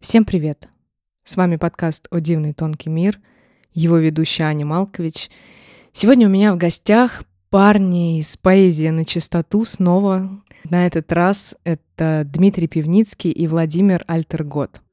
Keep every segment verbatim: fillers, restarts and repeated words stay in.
Всем привет! С вами подкаст «О дивный тонкий мир», его ведущая Аня Малкович. Сегодня у меня в гостях парни из «Поэзия на чистоту» снова. На этот раз это Дмитрий Пивницкий и Владимир Альтергот.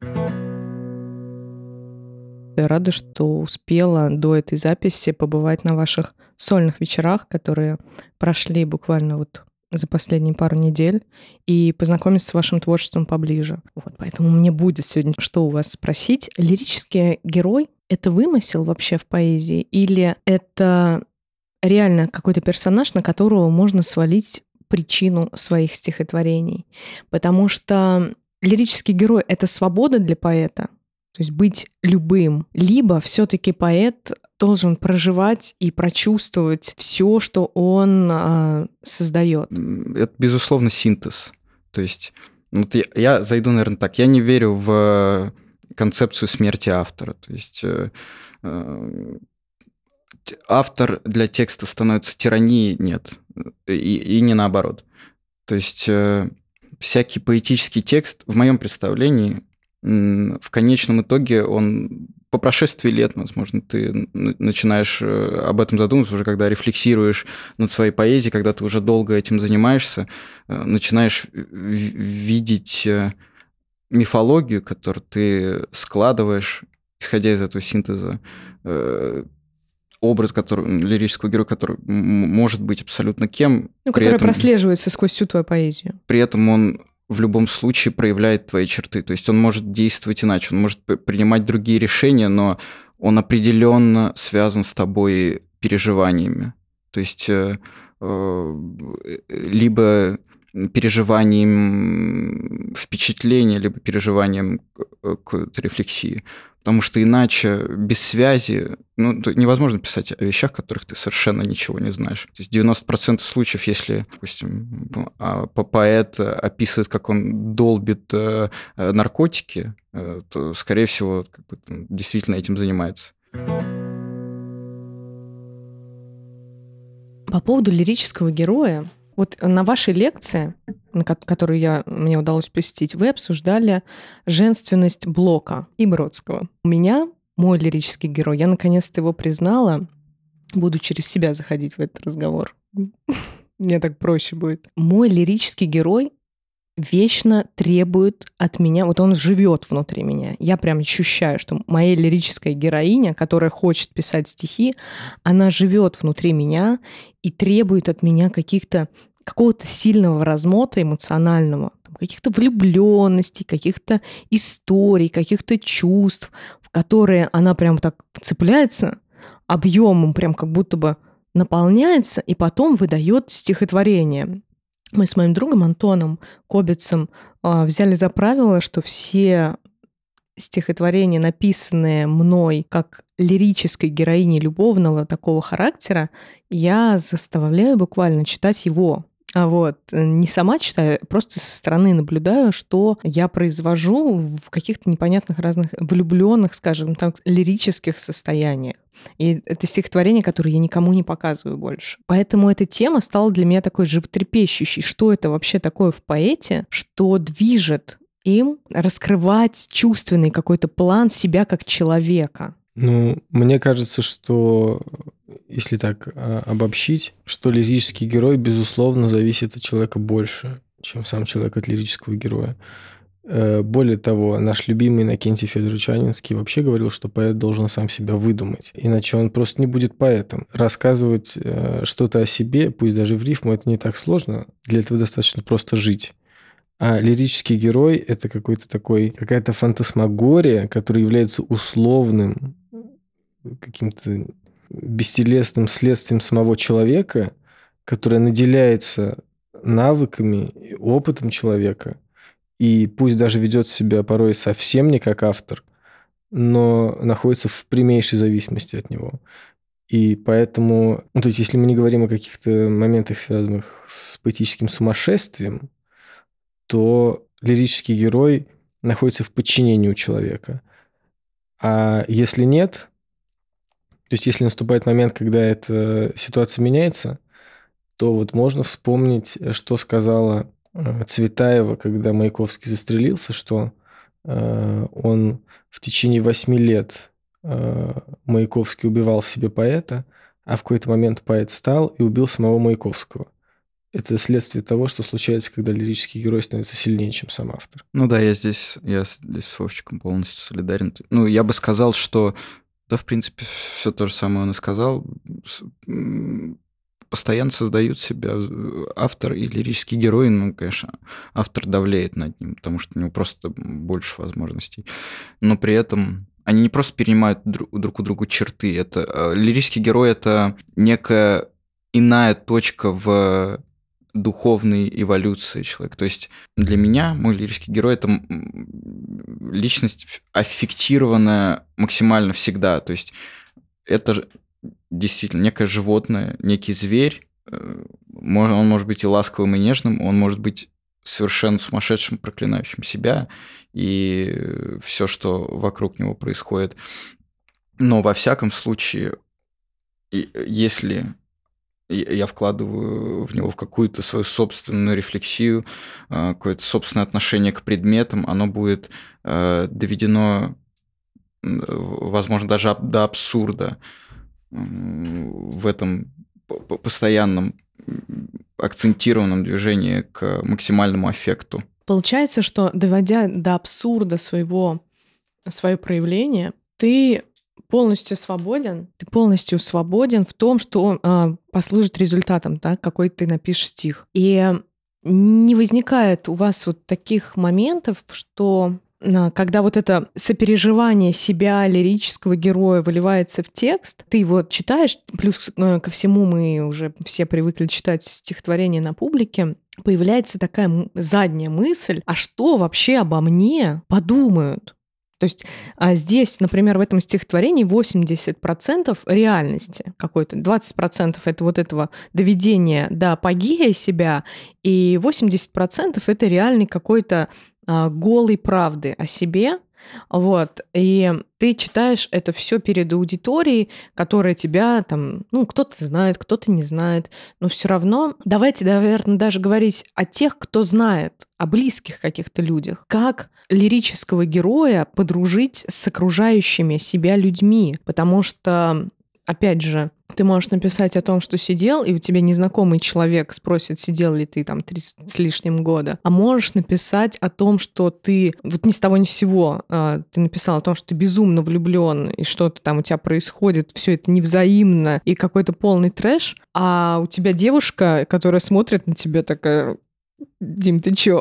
Я рада, что успела до этой записи побывать на ваших сольных вечерах, которые прошли буквально вот за последние пару недель, и познакомиться с вашим творчеством поближе. Вот, поэтому мне будет сегодня что у вас спросить. Лирический герой — это вымысел вообще в поэзии? Или это реально какой-то персонаж, на которого можно свалить причину своих стихотворений? Потому что лирический герой — это свобода для поэта, то есть быть любым, либо все-таки поэт должен проживать и прочувствовать все, что он э, создает. Это, безусловно, синтез. То есть вот я, я зайду, наверное, так. Я не верю в концепцию смерти автора. То есть э, э, автор для текста становится тиранией, нет. И, и не наоборот. То есть э, всякий поэтический текст, в моем представлении, в конечном итоге он по прошествии лет, возможно, ты начинаешь об этом задумываться уже, когда рефлексируешь над своей поэзией, когда ты уже долго этим занимаешься, начинаешь видеть мифологию, которую ты складываешь, исходя из этого синтеза, образ который, лирического героя, который может быть абсолютно кем. Ну, который этом, прослеживается сквозь всю твою поэзию. При этом он в любом случае проявляет твои черты. То есть он может действовать иначе, он может принимать другие решения, но он определенно связан с тобой переживаниями. То есть э, э, либо переживанием впечатления, либо переживанием какой-то рефлексии. Потому что иначе, без связи, ну, невозможно писать о вещах, о которых ты совершенно ничего не знаешь. То есть девяносто процентов случаев, если, допустим, поэт описывает, как он долбит наркотики, то, скорее всего, как бы, действительно этим занимается. По поводу лирического героя, вот на вашей лекции, которую я, мне удалось посетить, вы обсуждали женственность Блока и Бродского. У меня мой лирический герой, я наконец-то его признала, буду через себя заходить в этот разговор. Мне так проще будет. Мой лирический герой вечно требует от меня, вот он живет внутри меня. Я прям ощущаю, что моя лирическая героиня, которая хочет писать стихи, она живет внутри меня и требует от меня каких-то какого-то сильного размота эмоционального, каких-то влюбленностей, каких-то историй, каких-то чувств, в которые она прям так цепляется, объемом прям как будто бы наполняется и потом выдает стихотворение. Мы с моим другом Антоном Кобицем взяли за правило, что все стихотворения, написанные мной как лирической героиней любовного такого характера, я заставляю буквально читать его. А вот не сама читаю, просто со стороны наблюдаю, что я произвожу в каких-то непонятных разных влюбленных, скажем так, лирических состояниях. И это стихотворение, которое я никому не показываю больше. Поэтому эта тема стала для меня такой животрепещущей. Что это вообще такое в поэте, что движет им раскрывать чувственный какой-то план себя как человека? Ну, мне кажется, что если так обобщить, что лирический герой, безусловно, зависит от человека больше, чем сам человек от лирического героя. Более того, наш любимый Иннокентий Федорович Анинский вообще говорил, что поэт должен сам себя выдумать, иначе он просто не будет поэтом. Рассказывать что-то о себе, пусть даже в рифму, это не так сложно, для этого достаточно просто жить. А лирический герой – это какой-то такой, какая-то фантасмагория, которая является условным, каким-то бестелесным следствием самого человека, которое наделяется навыками и опытом человека, и пусть даже ведет себя порой совсем не как автор, но находится в прямейшей зависимости от него. И поэтому, ну, то есть если мы не говорим о каких-то моментах, связанных с поэтическим сумасшествием, то лирический герой находится в подчинении у человека. А если нет, то есть если наступает момент, когда эта ситуация меняется, то вот можно вспомнить, что сказала Цветаева, когда Маяковский застрелился, что он в течение восьми лет Маяковский убивал в себе поэта, а в какой-то момент поэт встал и убил самого Маяковского. Это следствие того, что случается, когда лирический герой становится сильнее, чем сам автор. Ну да, я здесь, я здесь с Вовчиком полностью солидарен. Ну, я бы сказал, что, да, в принципе, все то же самое он и сказал. Постоянно создают себя автор и лирический герой. Ну, конечно, автор давляет над ним, потому что у него просто больше возможностей. Но при этом они не просто перенимают друг, друг у друга черты. Это, лирический герой — это некая иная точка в духовной эволюции человека. То есть для меня мой лирический герой — это личность аффектированная максимально всегда. То есть это же действительно некое животное, некий зверь. Он может быть и ласковым, и нежным, он может быть совершенно сумасшедшим, проклинающим себя и все, что вокруг него происходит. Но во всяком случае, если я вкладываю в него в какую-то свою собственную рефлексию, какое-то собственное отношение к предметам, оно будет доведено, возможно, даже до абсурда в этом постоянном акцентированном движении к максимальному аффекту. Получается, что, доводя до абсурда своего, свое проявление, ты полностью свободен, ты полностью свободен в том, что он а, послужит результатом, да, какой ты напишешь стих. И не возникает у вас вот таких моментов, что когда вот это сопереживание себя, лирического героя выливается в текст, ты его читаешь, плюс ко всему мы уже все привыкли читать стихотворения на публике, появляется такая задняя мысль, а что вообще обо мне подумают? То есть а здесь, например, в этом стихотворении восемьдесят процентов реальности какой-то, двадцать процентов это вот этого доведения до апогея себя, и восемьдесят процентов это реальный какой-то а, голой правды о себе. Вот. И ты читаешь это все перед аудиторией, которая тебя там, ну, кто-то знает, кто-то не знает, но все равно давайте, наверное, даже говорить о тех, кто знает, о близких каких-то людях. Как лирического героя подружить с окружающими себя людьми, потому что, опять же, ты можешь написать о том, что сидел, и у тебя незнакомый человек спросит, сидел ли ты там три с лишним года. А можешь написать о том, что ты вот ни с того ни с сего а, ты написал о том, что ты безумно влюблен, и что-то там у тебя происходит, все это невзаимно, и какой-то полный трэш, а у тебя девушка, которая смотрит на тебя такая: Дим, ты чё?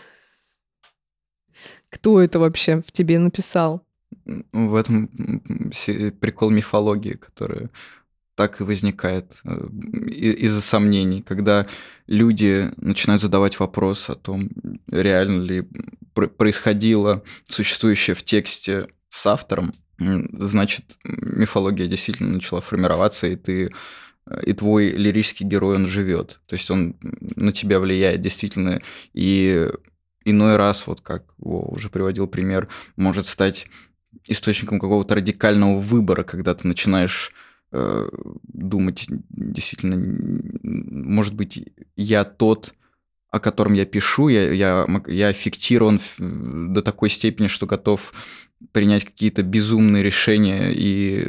Кто это вообще в тебе написал? В этом прикол мифологии, которая так и возникает из-за сомнений, когда люди начинают задавать вопрос о том, реально ли происходило существующее в тексте с автором, значит, мифология действительно начала формироваться, и ты и твой лирический герой, он живет. То есть он на тебя влияет действительно, и иной раз, вот как Вова уже приводил пример, может стать источником какого-то радикального выбора, когда ты начинаешь э, думать, действительно, может быть, я тот, о котором я пишу, я, я, я аффектирован до такой степени, что готов принять какие-то безумные решения и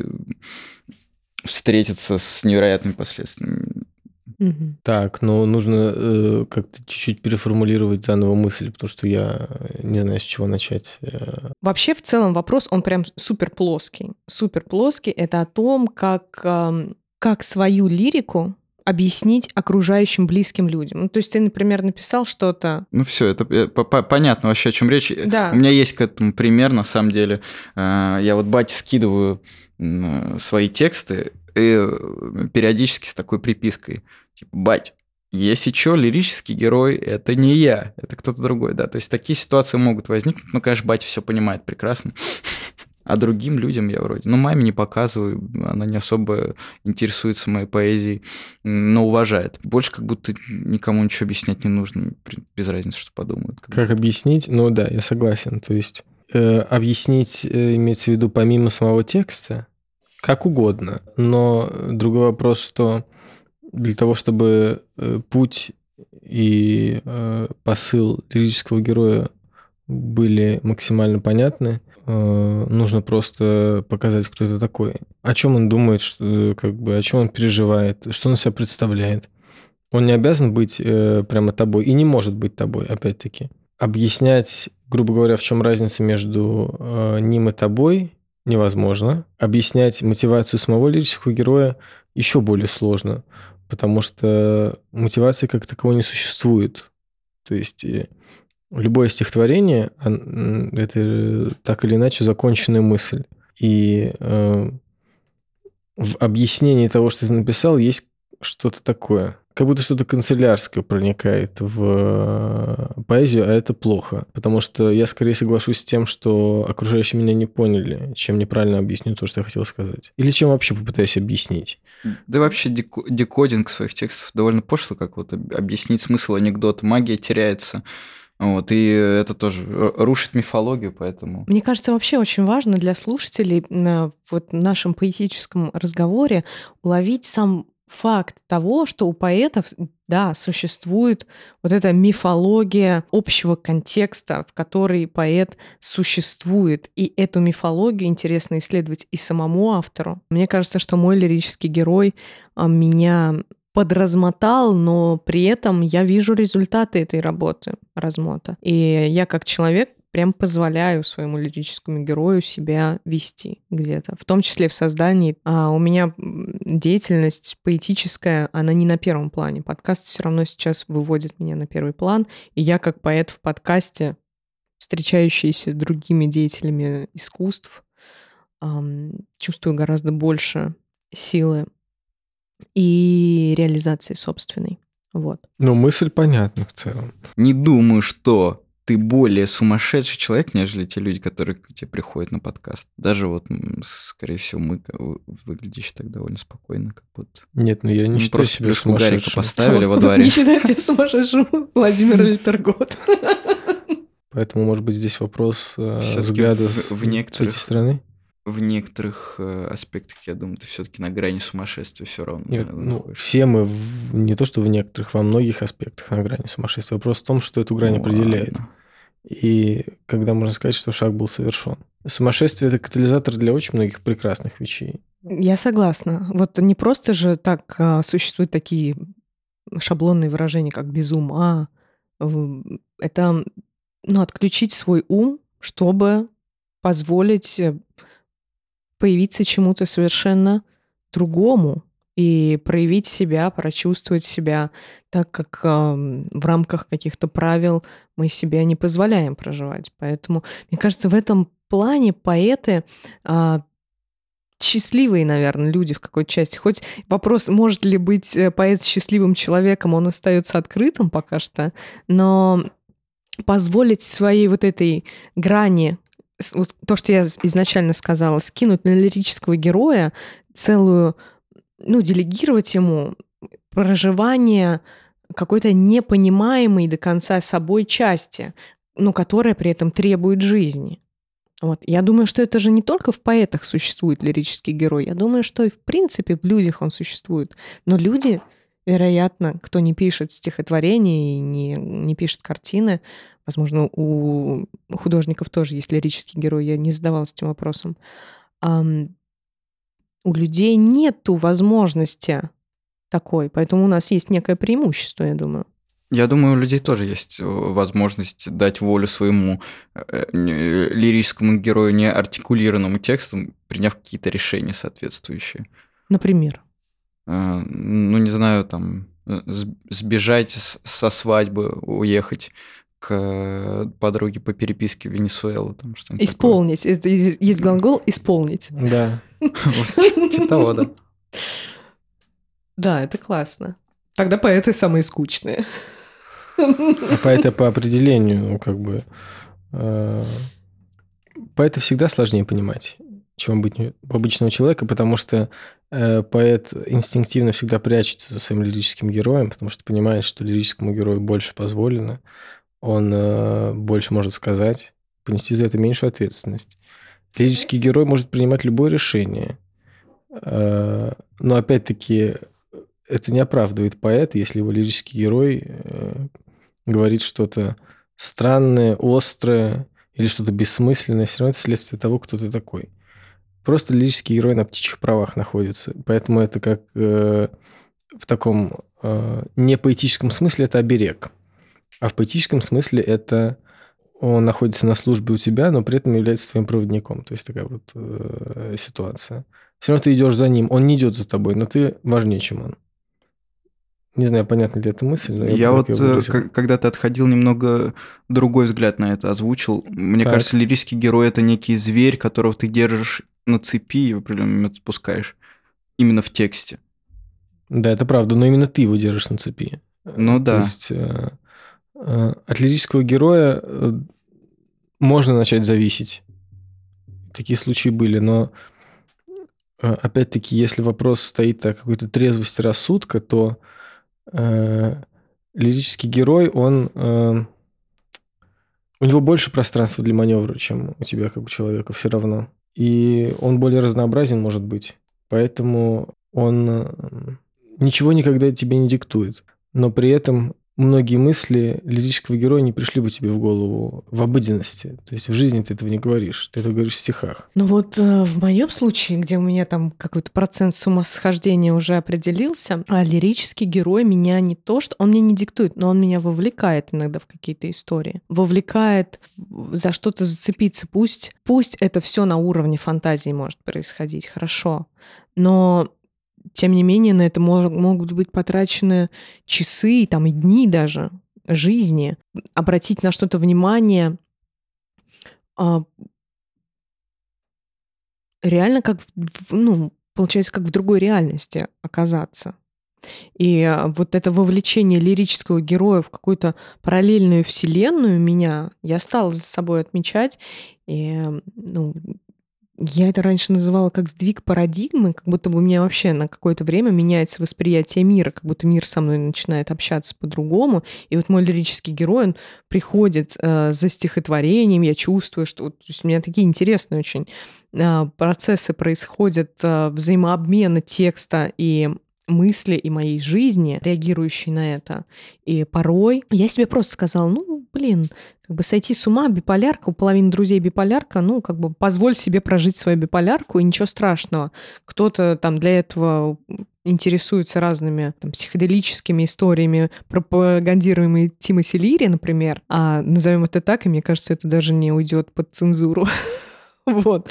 встретиться с невероятными последствиями. Угу. Так, но нужно э, как-то чуть-чуть переформулировать заново мысль, потому что я не знаю, с чего начать. Вообще, в целом, вопрос, он прям супер плоский. Супер плоский. Это о том, как, э, как свою лирику объяснить окружающим близким людям. Ну, то есть ты, например, написал что-то... Ну все, это понятно вообще, о чем речь. Да. У меня есть к этому пример, на самом деле. Я вот бате скидываю свои тексты, и периодически с такой припиской. Типа, бать, если что, лирический герой — это не я, это кто-то другой, да. То есть такие ситуации могут возникнуть. Ну, конечно, батя все понимает прекрасно. А другим людям я вроде... Ну, маме не показываю, она не особо интересуется моей поэзией, но уважает. Больше как будто никому ничего объяснять не нужно, без разницы, что подумают. Как, как объяснить? Ну да, я согласен. То есть э, объяснить э, имеется в виду помимо самого текста, как угодно. Но другой вопрос, что для того, чтобы э, путь и э, посыл лирического героя были максимально понятны. Нужно просто показать, кто это такой. О чем он думает, что, как бы, о чем он переживает, что он из себя представляет. Он не обязан быть э, прямо тобой и не может быть тобой, опять-таки. Объяснять, грубо говоря, в чем разница между э, ним и тобой, невозможно. Объяснять мотивацию самого лирического героя еще более сложно, потому что мотивации как таковой не существует. То есть любое стихотворение – это так или иначе законченная мысль. И э, в объяснении того, что ты написал, есть что-то такое. Как будто что-то канцелярское проникает в поэзию, а это плохо. Потому что я скорее соглашусь с тем, что окружающие меня не поняли, чем неправильно объясню то, что я хотел сказать. Или чем вообще попытаюсь объяснить. Да вообще декодинг своих текстов довольно пошло, как вот объяснить смысл анекдота. Магия теряется. Вот, и это тоже рушит мифологию, поэтому... Мне кажется, вообще очень важно для слушателей на вот нашем поэтическом разговоре уловить сам факт того, что у поэтов, да, существует вот эта мифология общего контекста, в который поэт существует. И эту мифологию интересно исследовать и самому автору. Мне кажется, что мой лирический герой меня подразмотал, но при этом я вижу результаты этой работы размота. И я как человек прям позволяю своему лирическому герою себя вести где-то. В том числе в создании. А у меня деятельность поэтическая, она не на первом плане. Подкаст все равно сейчас выводит меня на первый план. И я как поэт в подкасте, встречающийся с другими деятелями искусств, чувствую гораздо больше силы и реализации собственной. Вот. Ну, мысль понятна в целом. Не думаю, что ты более сумасшедший человек, нежели те люди, которые к тебе приходят на подкаст. Даже вот, скорее всего, мы выглядишь так довольно спокойно, как будто... Нет, ну я не мы считаю просто себя плюшку Гарика сумасшедшим. поставили во дворе. Не считайте сумасшедшим Владимир Литергот. Поэтому, может быть, здесь вопрос Всё-таки взгляда в, с в некоторых, третьей стороны? В некоторых аспектах, я думаю, ты все-таки на грани сумасшествия все равно. Нет, наверное, ну, находишься. все мы, в, не то что в некоторых, во многих аспектах на грани сумасшествия. Вопрос в том, что эту грань Ну, определяет. ладно. И когда можно сказать, что шаг был совершен. Сумасшествие – это катализатор для очень многих прекрасных вещей. Я согласна. Вот не просто же так а, существуют такие шаблонные выражения, как «без ума». Это, ну, отключить свой ум, чтобы позволить появиться чему-то совершенно другому и проявить себя, прочувствовать себя так, как э, в рамках каких-то правил мы себя не позволяем проживать. Поэтому, мне кажется, в этом плане поэты э, счастливые, наверное, люди в какой-то части. Хоть вопрос, может ли быть поэт счастливым человеком, он остается открытым пока что, но позволить своей вот этой грани, вот то, что я изначально сказала, скинуть на лирического героя целую, ну, делегировать ему проживание какой-то непонимаемой до конца собой части, но которая при этом требует жизни. Вот. Я думаю, что это же не только в поэтах существует лирический герой, я думаю, что и в принципе в людях он существует. Но люди, вероятно, кто не пишет стихотворения и не, не пишет картины, возможно, у художников тоже есть лирический герой, я не задавалась этим вопросом. Um, у людей нету возможности такой, поэтому у нас есть некое преимущество, я думаю. Я думаю, у людей тоже есть возможность дать волю своему лирическому герою неартикулированному тексту, приняв какие-то решения соответствующие. Например? Ну, не знаю, там, сбежать со свадьбы, уехать к подруге по переписке в Венесуэлу. Там, что-нибудь исполнить. Такое. Это есть глагол «исполнить». Да. Типа того, да. Да, это классно. Тогда поэты самые скучные. А поэты по определению, ну, как бы... Поэта всегда сложнее понимать, чем быть обычного человека, потому что поэт инстинктивно всегда прячется за своим лирическим героем, потому что понимает, что лирическому герою больше позволено, он э, больше может сказать, понести за это меньшую ответственность. Лирический герой может принимать любое решение, э, но опять-таки это не оправдывает поэта, если его лирический герой э, говорит что-то странное, острое или что-то бессмысленное, все равно это следствие того, кто ты такой. Просто лирический герой на птичьих правах находится. Поэтому это как э, в таком э, непоэтическом смысле это оберег. А в поэтическом смысле это он находится на службе у тебя, но при этом является твоим проводником. То есть такая вот э, ситуация. Все равно ты идешь за ним. Он не идет за тобой, но ты важнее, чем он. Не знаю, понятна ли эта мысль, но я, Я бы вот, так её э, выразил. к- когда ты отходил, немного другой взгляд на это озвучил. Мне Так. кажется, лирический герой – это некий зверь, которого ты держишь на цепи и в определенный момент спускаешь. Именно в тексте. Да, это правда, но именно ты его держишь на цепи. Ну Э, да. То есть э, э, от лирического героя э, можно начать зависеть. Такие случаи были, но э, опять-таки, если вопрос стоит о какой-то трезвости рассудка, то э, лирический герой, он э, у него больше пространства для маневра, чем у тебя, как у человека, все равно. И он более разнообразен, может быть. Поэтому он э, ничего никогда тебе не диктует. Но при этом многие мысли лирического героя не пришли бы тебе в голову в обыденности. То есть в жизни ты этого не говоришь. Ты это говоришь в стихах. Ну вот э, в моем случае, где у меня там какой-то процент сумасхождения уже определился, а лирический герой меня не то, что он мне не диктует, но он меня вовлекает иногда в какие-то истории, вовлекает в- за что-то зацепиться. Пусть, пусть это все на уровне фантазии может происходить, хорошо, но тем не менее на это мож- могут быть потрачены часы, там и дни даже жизни. Обратить на что-то внимание а, реально как в в ну, получается, как в другой реальности оказаться. И, а, вот это вовлечение лирического героя в какую-то параллельную вселенную меня я стала за собой отмечать. И, м, ну, я это раньше называла как сдвиг парадигмы, как будто бы у меня вообще на какое-то время меняется восприятие мира, как будто мир со мной начинает общаться по-другому. И вот мой лирический герой, он приходит э, за стихотворением, я чувствую, что вот, то есть у меня такие интересные очень а, процессы происходят, а, взаимообмена текста и мысли и моей жизни, реагирующей на это. И порой я себе просто сказала, ну, блин, как бы сойти с ума, биполярка, у половины друзей биполярка, ну, как бы позволь себе прожить свою биполярку, и ничего страшного. Кто-то там для этого интересуется разными там, психоделическими историями, пропагандируемые Тимоти Лири, например, а назовем это так, и мне кажется, это даже не уйдет под цензуру. Вот.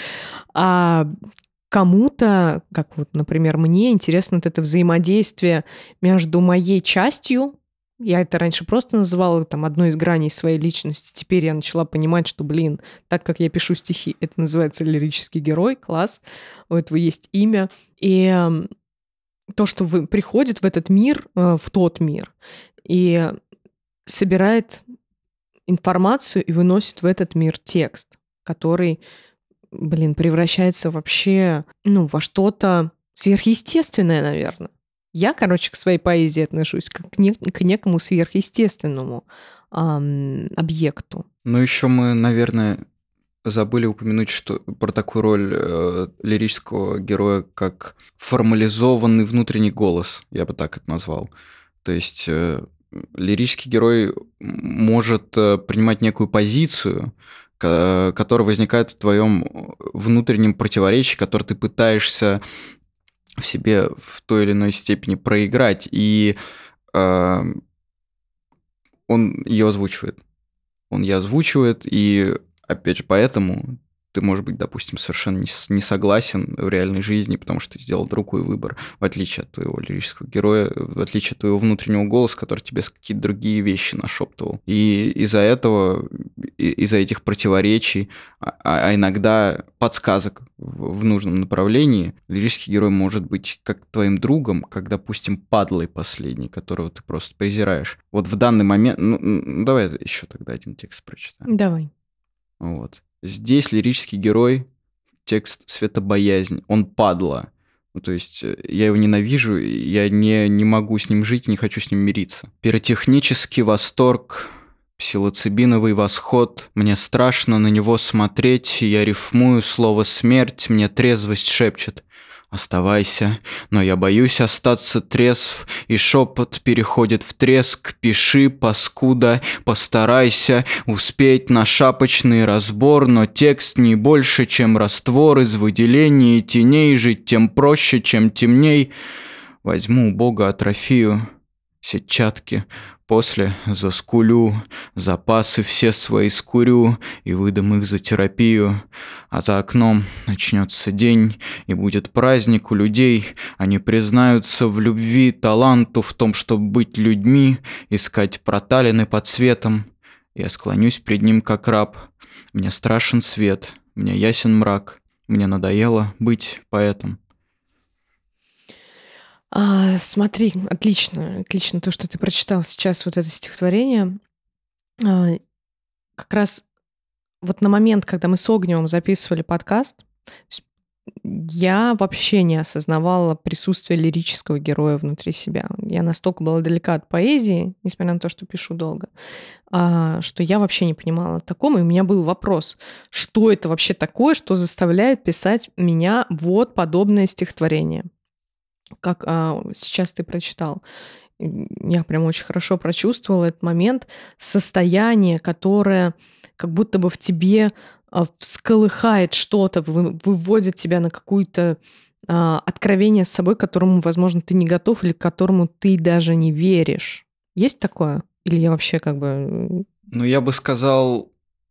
А кому-то, как вот, например, мне интересно вот это взаимодействие между моей частью, я это раньше просто называла там одной из граней своей личности, теперь я начала понимать, что, блин, так как я пишу стихи, это называется лирический герой, класс, у этого есть имя, и эм, то, что вы, приходит в этот мир, э, в тот мир, и собирает информацию и выносит в этот мир текст, который, блин, превращается вообще, ну, во что-то сверхъестественное, наверное. Я, короче, к своей поэзии отношусь как к, не- к некому сверхъестественному ам, объекту. Ну, еще мы, наверное, забыли упомянуть, что про такую роль э, лирического героя, как формализованный внутренний голос, я бы так это назвал. То есть э, лирический герой может э, принимать некую позицию, ко- которая возникает в твоем внутреннем противоречии, который ты пытаешься в себе в той или иной степени проиграть, и э, он ее озвучивает. Он ее озвучивает, и опять же поэтому ты, может быть, допустим, совершенно не, с- не согласен в реальной жизни, потому что ты сделал другой выбор, в отличие от твоего лирического героя, в отличие от твоего внутреннего голоса, который тебе с- какие-то другие вещи нашептывал. И из-за этого, и- из-за этих противоречий, а, а иногда подсказок в, в нужном направлении, лирический герой может быть как твоим другом, как, допустим, падлой последний, которого ты просто презираешь. Вот в данный момент... Ну, ну, давай еще тогда один текст прочитаем. Давай. Вот. Здесь лирический герой, текст «Светобоязнь», он падла. Ну, то есть э, я его ненавижу, я не, не могу с ним жить, не хочу с ним мириться. Пиротехнический восторг, псилоцибиновый восход, мне страшно на него смотреть, я рифмую слово «смерть», мне трезвость шепчет. Оставайся, но я боюсь остаться трезв, и шепот переходит в треск. Пиши, паскуда, постарайся успеть на шапочный разбор, но текст не больше, чем раствор из выделений теней. Жить тем проще, чем темней. Возьму у Бога атрофию сетчатки, после заскулю, запасы все свои скурю и выдам их за терапию. А за окном начнется день, и будет праздник у людей. Они признаются в любви, таланту, в том, чтобы быть людьми, искать проталины под светом. Я склонюсь пред ним, как раб. Мне страшен свет, мне ясен мрак. Мне надоело быть поэтом. А, смотри, отлично, отлично то, что ты прочитал сейчас вот это стихотворение. А, как раз вот на момент, когда мы с Огневым записывали подкаст, то есть я вообще не осознавала присутствие лирического героя внутри себя. Я настолько была далека от поэзии, несмотря на то, что пишу долго, а, что я вообще не понимала о таком. И у меня был вопрос, что это вообще такое, что заставляет писать меня вот подобное стихотворение. Как а, сейчас ты прочитал. Я прям очень хорошо прочувствовала этот момент, состояние, которое как будто бы в тебе а, всколыхает что-то, вы- выводит тебя на какое-то а, откровение с собой, к которому, возможно, ты не готов или к которому ты даже не веришь. Есть такое? Или я вообще как бы... Ну, я бы сказал,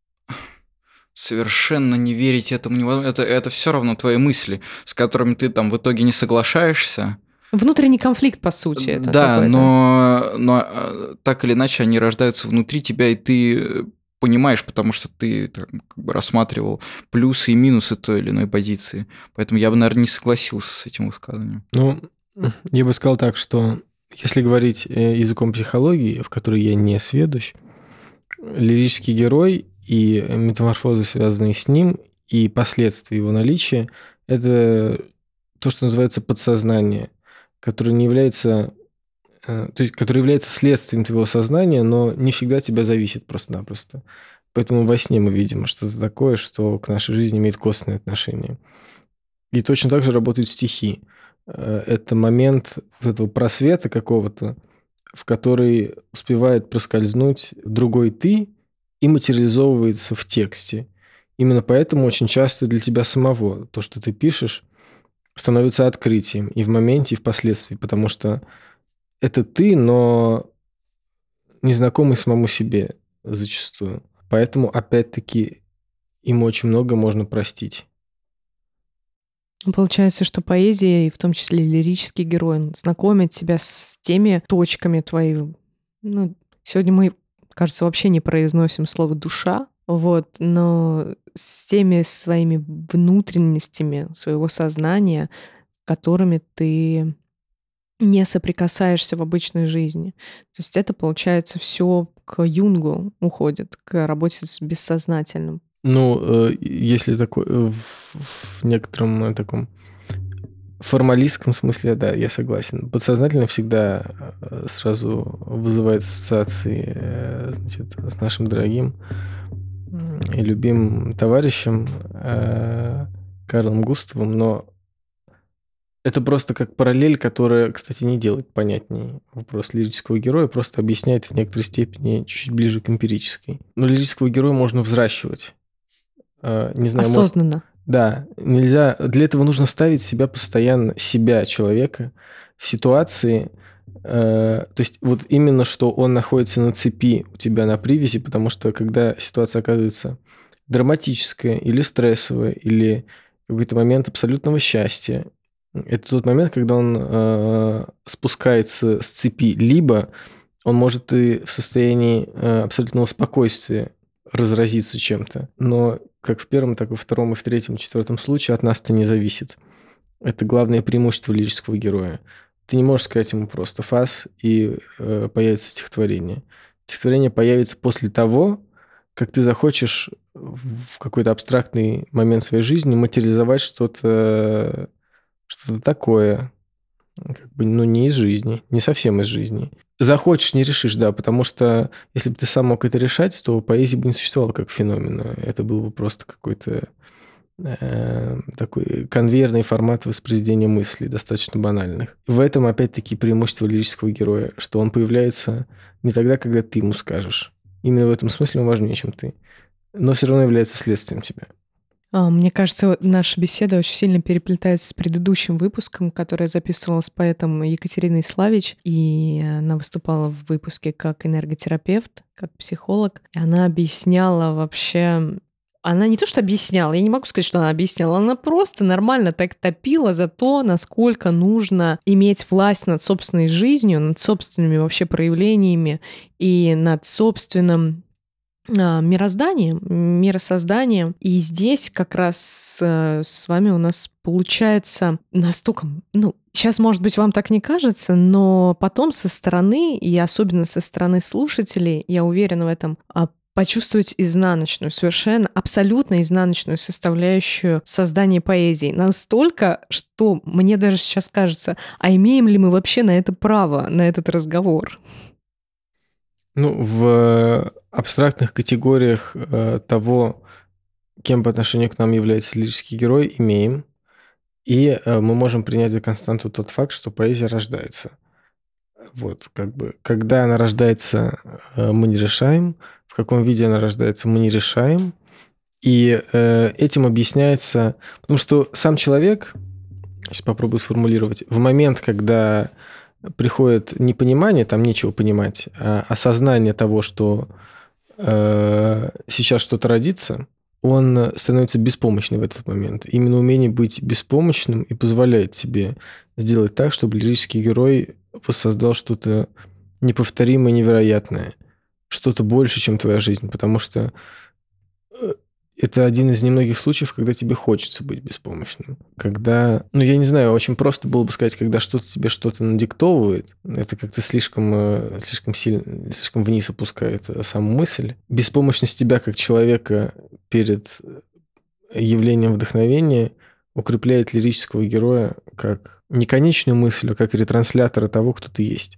совершенно не верить этому невозможно. Это, это все равно твои мысли, с которыми ты там в итоге не соглашаешься. Внутренний конфликт, по сути, это Да, какой-то. но, но э, так или иначе они рождаются внутри тебя, и ты э, понимаешь, потому что ты там, как бы рассматривал плюсы и минусы той или иной позиции. Поэтому я бы, наверное, не согласился с этим высказыванием. Ну, я бы сказал так, что если говорить э, языком психологии, в которой я не сведущ, лирический герой и метаморфозы, связанные с ним, и последствия его наличия, это то, что называется подсознание, которое не является, э, то есть, которое является следствием твоего сознания, но не всегда от тебя зависит просто-напросто. Поэтому во сне мы видим что-то такое, что к нашей жизни имеет косвенное отношение. И точно так же работают стихи. Э, Это момент вот этого просвета какого-то, в который успевает проскользнуть другой ты и материализовывается в тексте. Именно поэтому очень часто для тебя самого то, что ты пишешь, становится открытием и в моменте, и впоследствии, потому что это ты, но незнакомый самому себе зачастую. Поэтому, опять-таки, им очень много можно простить. Получается, что поэзия, и в том числе лирический герой, он знакомит тебя с теми точками твоей... Ну, сегодня мы, кажется, вообще не произносим слово «душа», вот, но с теми своими внутренностями своего сознания, которыми ты не соприкасаешься в обычной жизни. То есть это, получается, все к Юнгу уходит, к работе с бессознательным. Ну, э, если такой, э, в, в некотором э, таком формалистском смысле, да, я согласен. Подсознательно всегда э, сразу вызывает ассоциации, э, значит, с нашим дорогим м, и любимым товарищем э, Карлом Густавом, но это просто как параллель, которая, кстати, не делает понятней вопрос лирического героя, просто объясняет в некоторой степени чуть-чуть ближе к эмпирической. Но лирического героя можно взращивать. Э, Не знаю, может, Осознанно. да, нельзя. Для этого нужно ставить себя постоянно, себя, человека, в ситуации. э, то есть вот именно, что он находится на цепи у тебя на привязи, потому что когда ситуация оказывается драматическая или стрессовая, или какой-то момент абсолютного счастья, это тот момент, когда он э, спускается с цепи, либо он может и в состоянии э, абсолютного спокойствия разразиться чем-то. Но как в первом, так и во втором, и в третьем, и в четвертом случае от нас это не зависит. Это главное преимущество лирического героя. Ты не можешь сказать ему просто фас, и э, появится стихотворение. Стихотворение появится после того, как ты захочешь в какой-то абстрактный момент своей жизни материализовать что-то, что-то такое, как бы, ну, не из жизни, не совсем из жизни. Захочешь, не решишь, да, потому что если бы ты сам мог это решать, то поэзия бы не существовала как феномен. Это был бы просто какой-то э, такой конвейерный формат воспроизведения мыслей, достаточно банальных. В этом, опять-таки, преимущество лирического героя, что он появляется не тогда, когда ты ему скажешь. Именно в этом смысле он важнее, чем ты. Но все равно является следствием тебя. А, Мне кажется, вот наша беседа очень сильно переплетается с предыдущим выпуском, который я записывала с поэтом Екатериной Славич. И она выступала в выпуске как энерготерапевт, как психолог. И она объясняла вообще... Она не то, что объясняла, я не могу сказать, что она объясняла, она просто нормально так топила за то, насколько нужно иметь власть над собственной жизнью, над собственными вообще проявлениями и над собственным а, мирозданием, миросозданием. И здесь как раз э, с вами у нас получается настолько... Ну, сейчас, может быть, вам так не кажется, но потом со стороны, и особенно со стороны слушателей, я уверена в этом, а, почувствовать изнаночную, совершенно абсолютно изнаночную составляющую создания поэзии. Настолько, что мне даже сейчас кажется, а имеем ли мы вообще на это право, на этот разговор? Ну, в абстрактных категориях э, того, кем по отношению к нам является лирический герой, имеем. И э, мы можем принять за константу тот факт, что поэзия рождается. Вот, как бы, когда она рождается, э, мы не решаем. В каком виде она рождается, мы не решаем. И э, этим объясняется... Потому что сам человек, сейчас попробую сформулировать, в момент, когда приходит непонимание, там нечего понимать, а осознание того, что э, сейчас что-то родится, он становится беспомощным в этот момент. Именно умение быть беспомощным и позволяет себе сделать так, чтобы лирический герой воссоздал что-то неповторимое, невероятное, что-то больше, чем твоя жизнь, потому что э, это один из немногих случаев, когда тебе хочется быть беспомощным. Когда, ну, я не знаю, очень просто было бы сказать, когда что-то тебе что-то надиктовывает, это как-то слишком, э, слишком сильно, слишком вниз опускает э, саму мысль. Беспомощность тебя как человека перед явлением вдохновения укрепляет лирического героя как не конечную мысль, а как ретранслятора того, кто ты есть.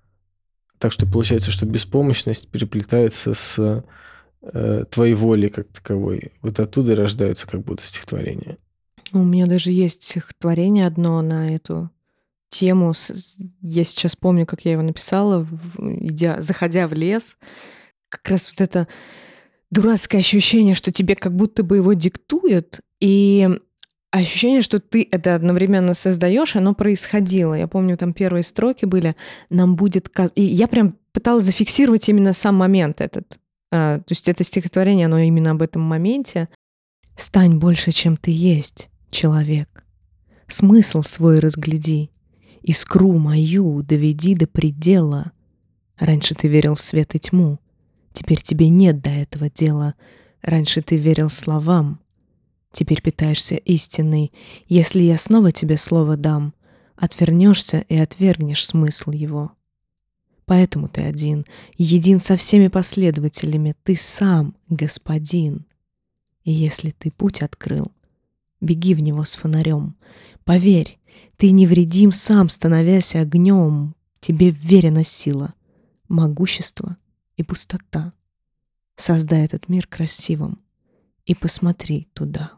Так что получается, что беспомощность переплетается с э, твоей волей как таковой. Вот оттуда и рождаются как будто стихотворения. У меня даже есть стихотворение одно на эту тему. С- Я сейчас помню, как я его написала, в- идя, заходя в лес. Как раз вот это дурацкое ощущение, что тебе как будто бы его диктуют, и ощущение, что ты это одновременно создаешь, оно происходило. Я помню, там первые строки были, нам будет... каз- И я прям пыталась зафиксировать именно сам момент этот. А, то есть это стихотворение, оно именно об этом моменте. «Стань больше, чем ты есть, человек. Смысл свой разгляди. Искру мою доведи до предела. Раньше ты верил в свет и тьму. Теперь тебе нет до этого дела. Раньше ты верил словам. Теперь питаешься истиной. Если я снова тебе слово дам, отвернешься и отвергнешь смысл его. Поэтому ты один, един со всеми последователями. Ты сам господин. И если ты путь открыл, беги в него с фонарем. Поверь, ты невредим сам, становясь огнем. Тебе вверена сила, могущество и пустота. Создай этот мир красивым и посмотри туда».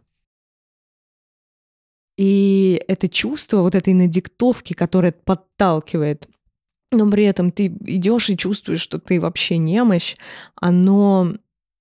И это чувство вот этой надиктовки, которое подталкивает, но при этом ты идешь и чувствуешь, что ты вообще немощь, оно,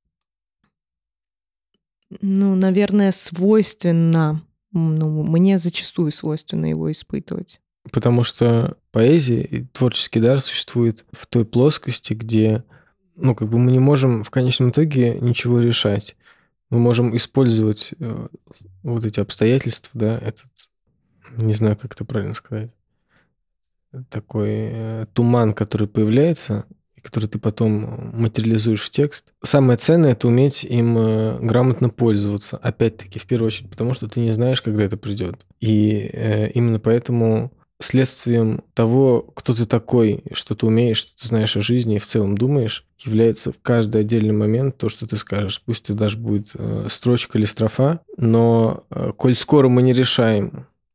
ну, наверное, свойственно, ну, мне зачастую свойственно его испытывать. Потому что поэзия и творческий дар существует в той плоскости, где, ну, как бы мы не можем в конечном итоге ничего решать. Мы можем использовать э, вот эти обстоятельства, да, этот, не знаю, как это правильно сказать, такой э, туман, который появляется, и который ты потом материализуешь в текст. Самое ценное — это уметь им э, грамотно пользоваться. Опять-таки, в первую очередь, потому что ты не знаешь, когда это придет. И э, именно поэтому следствием того, кто ты такой, что ты умеешь, что ты знаешь о жизни и в целом думаешь, является в каждый отдельный момент то, что ты скажешь. Пусть это даже будет э, строчка или строфа, но э, коль скоро мы не решаем,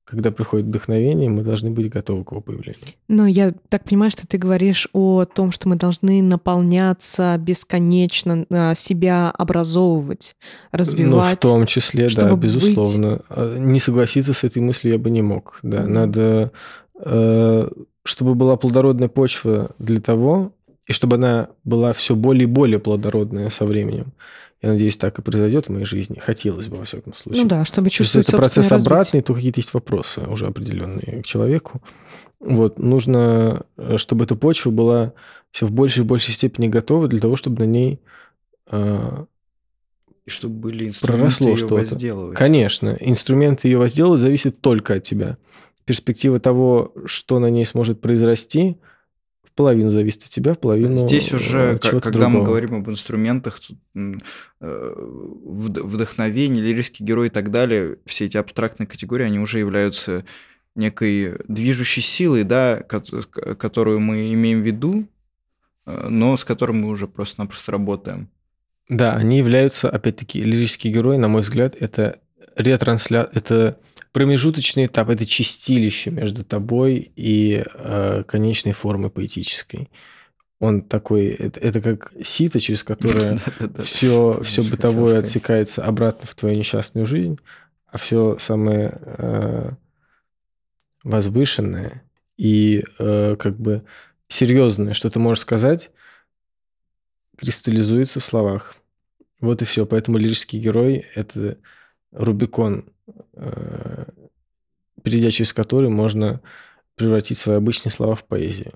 когда приходит вдохновение, мы должны быть готовы к его появлению. Но я так понимаю, что ты говоришь о том, что мы должны наполняться бесконечно, а, себя образовывать, развивать. Ну, в том числе, да, чтобы безусловно. А Не согласиться с этой мыслью я бы не мог. Да, Мгм. надо, э, чтобы была плодородная почва для того, и чтобы она была все более и более плодородная со временем. Я надеюсь, так и произойдет в моей жизни. Хотелось бы, во всяком случае. Ну да, чтобы Если чувствовать это процесс собственное развитие. обратный, то какие-то есть вопросы уже определенные к человеку. Вот, нужно, э, чтобы эта почва была все в большей и большей степени готова для того, чтобы на ней э, И чтобы были инструменты проросло ее что-то. возделывать. Конечно, инструмент ее возделывать зависит только от тебя. Перспектива того, что на ней сможет произрасти, в половину зависит от тебя, в половину Здесь уже, от ка- чего-то когда мы другого. говорим об инструментах, тут, м, э, вд- вдохновение, лирический герой и так далее, все эти абстрактные категории, они уже являются некой движущей силой, да, кот- к- которую мы имеем в виду, э, но с которой мы уже просто-напросто работаем. Да, они являются, опять-таки, лирические герои, на мой взгляд, это ретрансля... это промежуточный этап, это чистилище между тобой и э, конечной формой поэтической. Он такой, это, это как сито, через которое Да-да-да. все, Тоже все хотел бытовое сказать. отсекается обратно в твою несчастную жизнь, а все самое э, возвышенное и э, как бы серьезное, что ты можешь сказать, кристаллизуется в словах. Вот и все. Поэтому лирический герой – это Рубикон, э, перейдя через который можно превратить свои обычные слова в поэзию.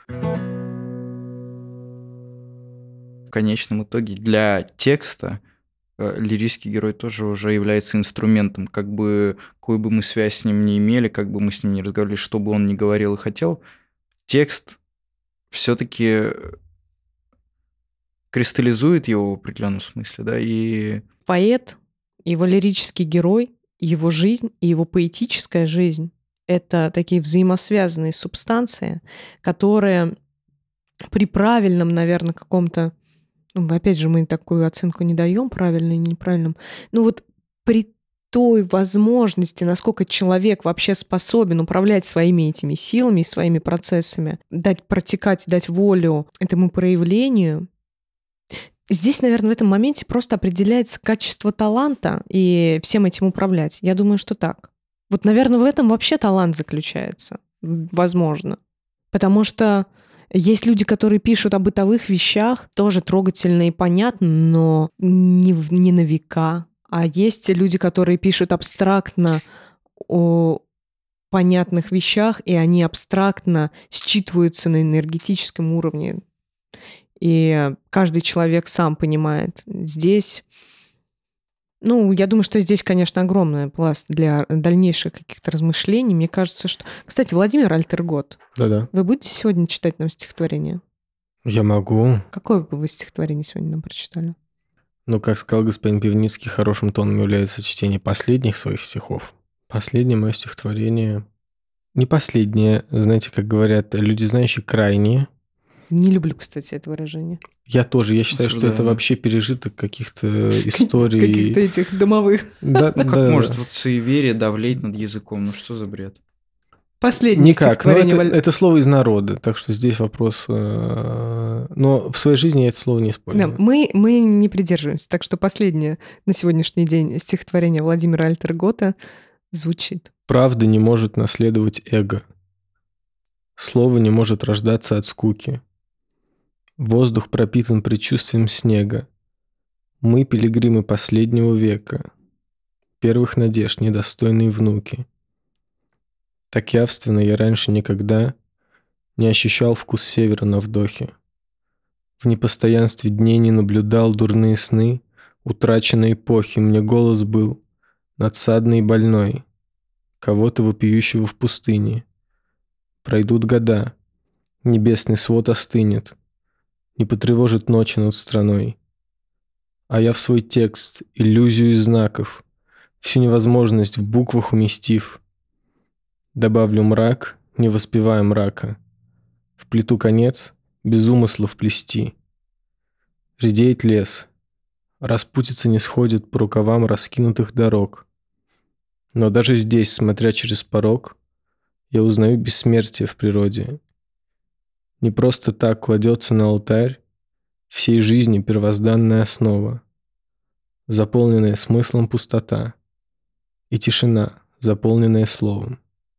В конечном итоге для текста э, лирический герой тоже уже является инструментом. Как бы, какую бы мы связь с ним не имели, как бы мы с ним не разговаривали, что бы он ни говорил и хотел, текст все-таки кристаллизует его в определенном смысле, да, и Поэт, его лирический герой, его жизнь и его поэтическая жизнь — это такие взаимосвязанные субстанции, которые при правильном, наверное, каком-то... Ну, опять же, мы такую оценку не даем, правильно или неправильном. Но вот при той возможности, насколько человек вообще способен управлять своими этими силами и своими процессами, дать протекать, дать волю этому проявлению, здесь, наверное, в этом моменте просто определяется качество таланта и всем этим управлять. Я думаю, что так. Вот, наверное, в этом вообще талант заключается. М, Возможно. Потому что есть люди, которые пишут о бытовых вещах, тоже трогательно и понятно, но не, в- не на века. А есть люди, которые пишут абстрактно о понятных вещах, и они абстрактно считываются на энергетическом уровне. И каждый человек сам понимает. Здесь, ну, я думаю, что здесь, конечно, огромный пласт для дальнейших каких-то размышлений. Мне кажется, что... Кстати, Владимир Альтергот, Да-да. вы будете сегодня читать нам стихотворение? Я могу. Какое бы вы стихотворение сегодня нам прочитали? Но, как сказал господин Пивницкий, хорошим тоном является чтение последних своих стихов. Последнее мое стихотворение... Не последнее, знаете, как говорят люди, знающие, крайнее. Не люблю, кстати, это выражение. Я тоже, я считаю, что это Осуждаем. вообще пережиток каких-то историй. Каких-то этих домовых. Да, ну как да, может да. вот суеверие давлеть над языком? Ну что за бред? Последнее Никак, но стихотворение. это, Валь- это слово из народа, так что здесь вопрос... э, Но в своей жизни я это слово не Да, использую. мы, мы не придерживаемся. Так что последнее на сегодняшний день стихотворение Владимира Альтергота звучит. Правда не может наследовать эго. Слово не может рождаться от скуки. Воздух пропитан предчувствием снега. Мы пилигримы последнего века, первых надежд недостойные внуки. Так явственно я раньше никогда не ощущал вкус севера на вдохе. В непостоянстве дней не наблюдал дурные сны утраченной эпохи. Мне голос был надсадный и больной, кого-то вопиющего в пустыне. Пройдут года, небесный свод остынет, не потревожит ночи над страной. А я в свой текст, иллюзию из знаков, всю невозможность в буквах уместив, добавлю мрак, не воспевая мрака, вплету конец, без умысла вплести. Редеет лес, распутица не сходит по рукавам раскинутых дорог. Но даже здесь, смотря через порог, я узнаю бессмертие в природе. Не просто так кладется на алтарь всей жизни первозданная основа, заполненная смыслом пустота, и тишина, заполненная словом.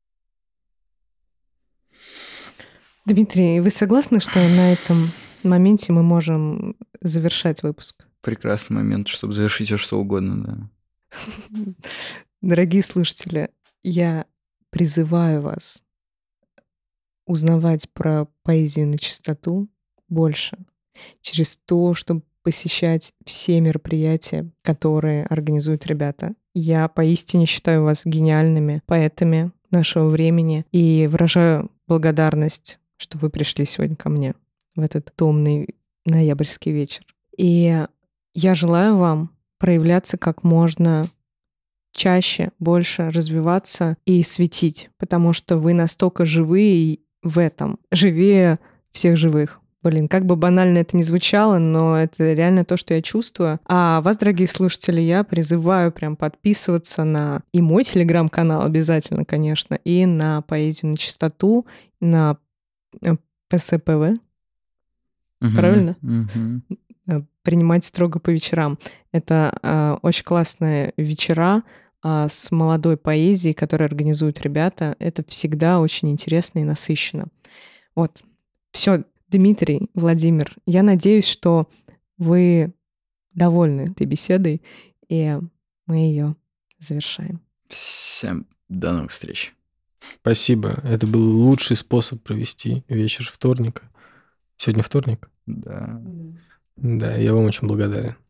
Дмитрий, вы согласны, что на этом моменте мы можем завершать выпуск? Прекрасный момент, чтобы завершить все что угодно, да. Дорогие слушатели, я призываю вас узнавать про поэзию на чистоту больше через то, чтобы посещать все мероприятия, которые организуют ребята. Я поистине считаю вас гениальными поэтами нашего времени и выражаю благодарность, что вы пришли сегодня ко мне в этот томный ноябрьский вечер. И я желаю вам проявляться как можно чаще, больше развиваться и светить, потому что вы настолько живые в этом, живее всех живых. Блин, как бы банально это ни звучало, но это реально то, что я чувствую. А вас, дорогие слушатели, я призываю прям подписываться на и мой телеграм-канал обязательно, конечно, и на поэзию на чистоту, на пэ эс пэ вэ. Мгм, Правильно? мгм. Э, Принимать строго по вечерам. Это э, очень классные вечера а, с молодой поэзией, которые организуют ребята. Это всегда очень интересно и насыщенно. Вот. Все, Дмитрий, Владимир, я надеюсь, что вы довольны этой беседой, и мы ее завершаем. Всем до новых встреч. Спасибо. Это был лучший способ провести вечер вторника. Сегодня вторник? Да. Да, я вам очень благодарен.